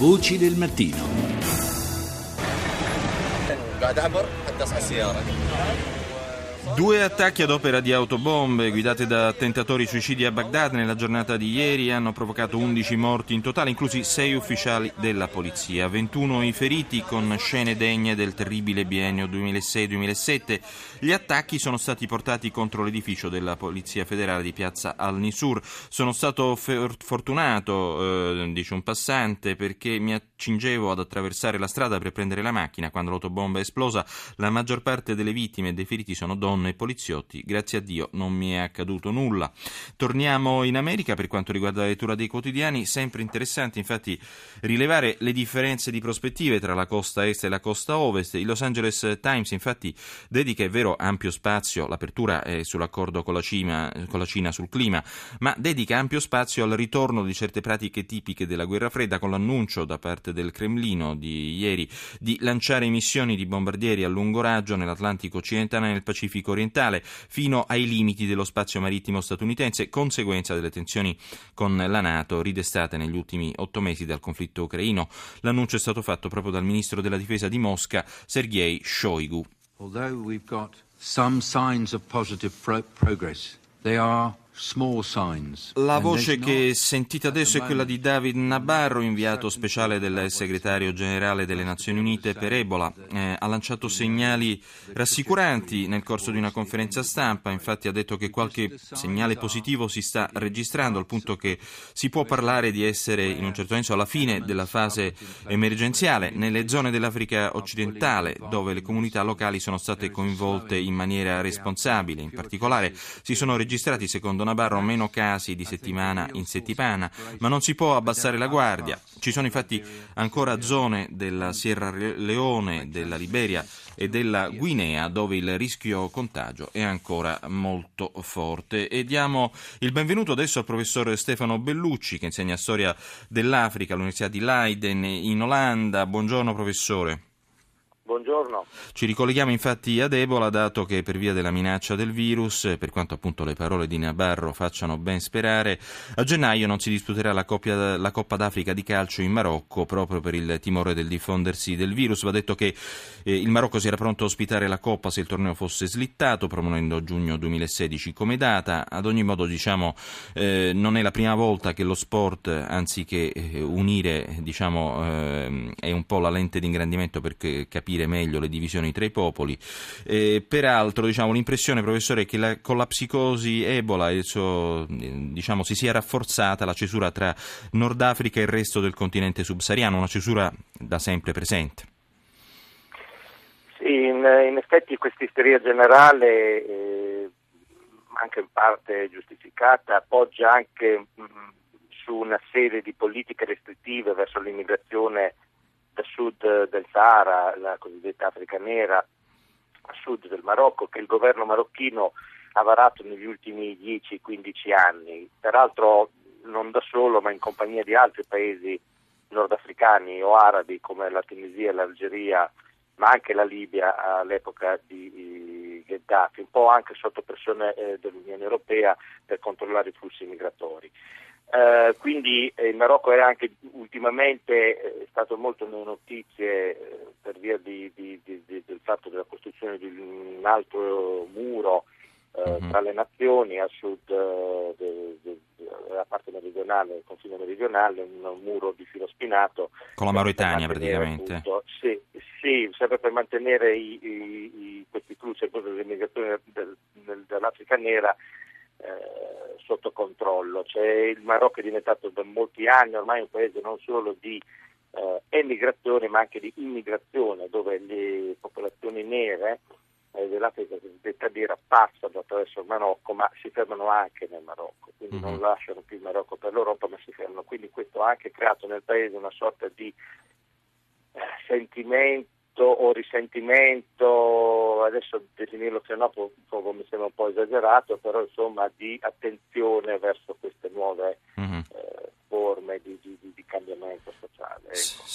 Voci del mattino. Due attacchi ad opera di autobombe guidate da attentatori suicidi a Baghdad nella giornata di ieri hanno provocato 11 morti in totale, inclusi 6 ufficiali della polizia, 21 i feriti con scene degne del terribile biennio 2006-2007. Gli attacchi sono stati portati contro l'edificio della Polizia Federale di Piazza Al-Nisur. Sono stato fortunato, dice un passante, perché mi accingevo ad attraversare la strada per prendere la macchina quando l'autobomba è esplosa. La maggior parte delle vittime e dei feriti sono donne e poliziotti. Grazie a Dio non mi è accaduto nulla. Torniamo in America per quanto riguarda la lettura dei quotidiani. Sempre interessante infatti rilevare le differenze di prospettive tra la costa est e la costa ovest. Il Los Angeles Times infatti dedica, è vero, ampio spazio, l'apertura è sull'accordo con la Cina sul clima, ma dedica ampio spazio al ritorno di certe pratiche tipiche della guerra fredda, con l'annuncio da parte del Cremlino di ieri di lanciare missioni di bombardieri a lungo raggio nell'Atlantico occidentale e nel Pacifico orientale, fino ai limiti dello spazio marittimo statunitense, conseguenza delle tensioni con la NATO ridestate negli ultimi 8 mesi dal conflitto ucraino. L'annuncio è stato fatto proprio dal ministro della difesa di Mosca, Sergei Shoigu. Although we've got some signs of positive progress, they are small signs. La voce che sentite adesso è quella di David Nabarro, inviato speciale del segretario generale delle Nazioni Unite per Ebola. Ha lanciato segnali rassicuranti nel corso di una conferenza stampa. Infatti ha detto che qualche segnale positivo si sta registrando, al punto che si può parlare di essere in un certo senso alla fine della fase emergenziale nelle zone dell'Africa occidentale, dove le comunità locali sono state coinvolte in maniera responsabile. In particolare si sono registrati, secondo Nabarro, meno casi di settimana in settimana, ma non si può abbassare la guardia. Ci sono infatti ancora zone della Sierra Leone, della Liberia e della Guinea dove il rischio contagio è ancora molto forte. E diamo il benvenuto adesso al professor Stefano Bellucci, che insegna storia dell'Africa all'Università di Leiden in Olanda. Buongiorno professore. Buongiorno. Ci ricolleghiamo infatti ad Ebola, dato che per via della minaccia del virus, per quanto appunto le parole di Nabarro facciano ben sperare, a gennaio non si disputerà la Coppa d'Africa di calcio in Marocco, proprio per il timore del diffondersi del virus. Va detto che il Marocco si era pronto a ospitare la Coppa se il torneo fosse slittato, proponendo giugno 2016 come data. Ad ogni modo, non è la prima volta che lo sport, anziché unire, è un po' la lente di ingrandimento per capire meglio le divisioni tra i popoli. Peraltro, l'impressione, professore, è che con la psicosi Ebola si sia rafforzata la cesura tra Nord Africa e il resto del continente subsahariano, una cesura da sempre presente. Sì, in effetti questa isteria generale, anche in parte giustificata, appoggia anche su una serie di politiche restrittive verso l'immigrazione da sud del Sahara, la cosiddetta Africa nera, a sud del Marocco, che il governo marocchino ha varato negli ultimi 10-15 anni, peraltro non da solo ma in compagnia di altri paesi nordafricani o arabi come la Tunisia e l'Algeria, ma anche la Libia all'epoca di Gheddafi, un po' anche sotto pressione dell'Unione Europea per controllare i flussi migratori. Quindi il Marocco era anche ultimamente stato molto nelle notizie per via del fatto della costruzione di un altro muro tra le nazioni a sud della parte meridionale, del confine meridionale, un muro di filo spinato con la Mauritania praticamente. Appunto, sì, serve per mantenere questi flussi dell'immigrazione dell'Africa nera sotto controllo. Il Marocco è diventato da molti anni ormai un paese non solo di emigrazione ma anche di immigrazione, dove le popolazioni nere dell'Africa cosiddetta nera passano attraverso il Marocco ma si fermano anche nel Marocco, quindi non lasciano più il Marocco per l'Europa ma si fermano, quindi questo ha anche creato nel paese una sorta di sentimento o risentimento, adesso definirlo xenofobo mi sembra un po' esagerato, però insomma di attenzione verso queste nuove forme di cambiamento sociale. Ecco.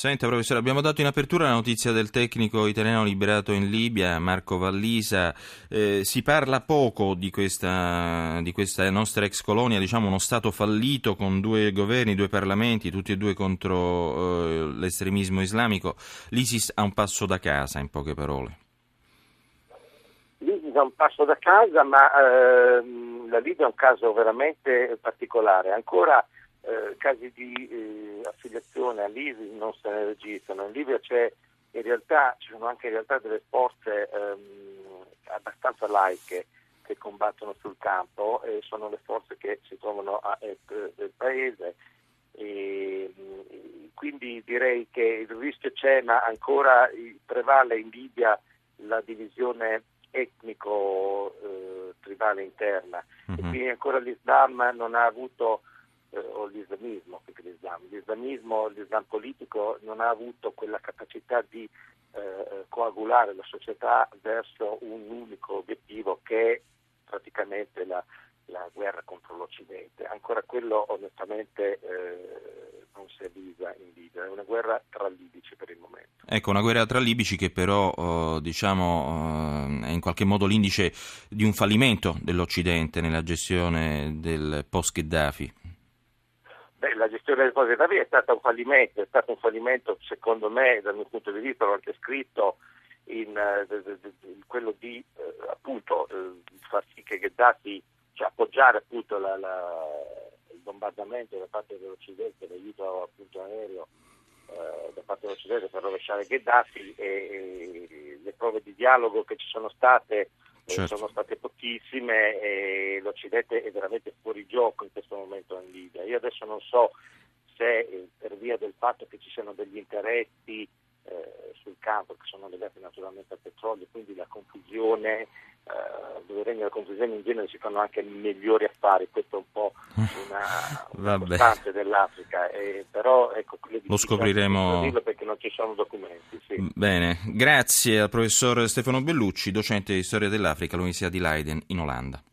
Senta, professore, abbiamo dato in apertura la notizia del tecnico italiano liberato in Libia, Marco Vallisa. Si parla poco di questa nostra ex colonia, diciamo uno Stato fallito con 2 governi, 2 parlamenti, tutti e 2 contro l'estremismo islamico. L'ISIS ha un passo da casa, in poche parole. L'ISIS ha un passo da casa, ma la Libia è un caso veramente particolare. Ancora casi di affiliazione all'ISIS non se ne registrano. In Libia ci sono anche in realtà delle forze abbastanza laiche che combattono sul campo, e sono le forze che si trovano a est del paese. E quindi direi che il rischio c'è, ma ancora prevale in Libia la divisione etnico-tribale interna, e quindi ancora l'Islam non ha avuto o l'islamismo, più che l'Islam politico non ha avuto quella capacità di coagulare la società verso un unico obiettivo, che è praticamente la guerra contro l'Occidente. Ancora quello onestamente non si avvisa in Libia, è una guerra tra libici per il momento. Ecco, una guerra tra libici che però è in qualche modo l'indice di un fallimento dell'Occidente nella gestione del post-Gheddafi. La gestione del post-Gheddafi è stato un fallimento secondo me, dal mio punto di vista, l'ho anche scritto, in quello di appunto far sì che Gheddafi, cioè appoggiare appunto il bombardamento da parte dell'Occidente, l'aiuto appunto aereo da parte dell'Occidente per rovesciare Gheddafi, e le prove di dialogo che ci sono state sono state pochissime, e l'Occidente è veramente fuori gioco in questo momento in Libia. Io adesso non so se per via del fatto che ci siano degli interessi sul campo che sono legati naturalmente al petrolio, quindi la confusione, dove regna la confusione in genere si fanno anche migliori affari. Questo è un po' una costante dell'Africa, però ecco, lo scopriremo perché non ci sono documenti. Sì. Bene, grazie al professor Stefano Bellucci, docente di storia dell'Africa all'Università di Leiden in Olanda.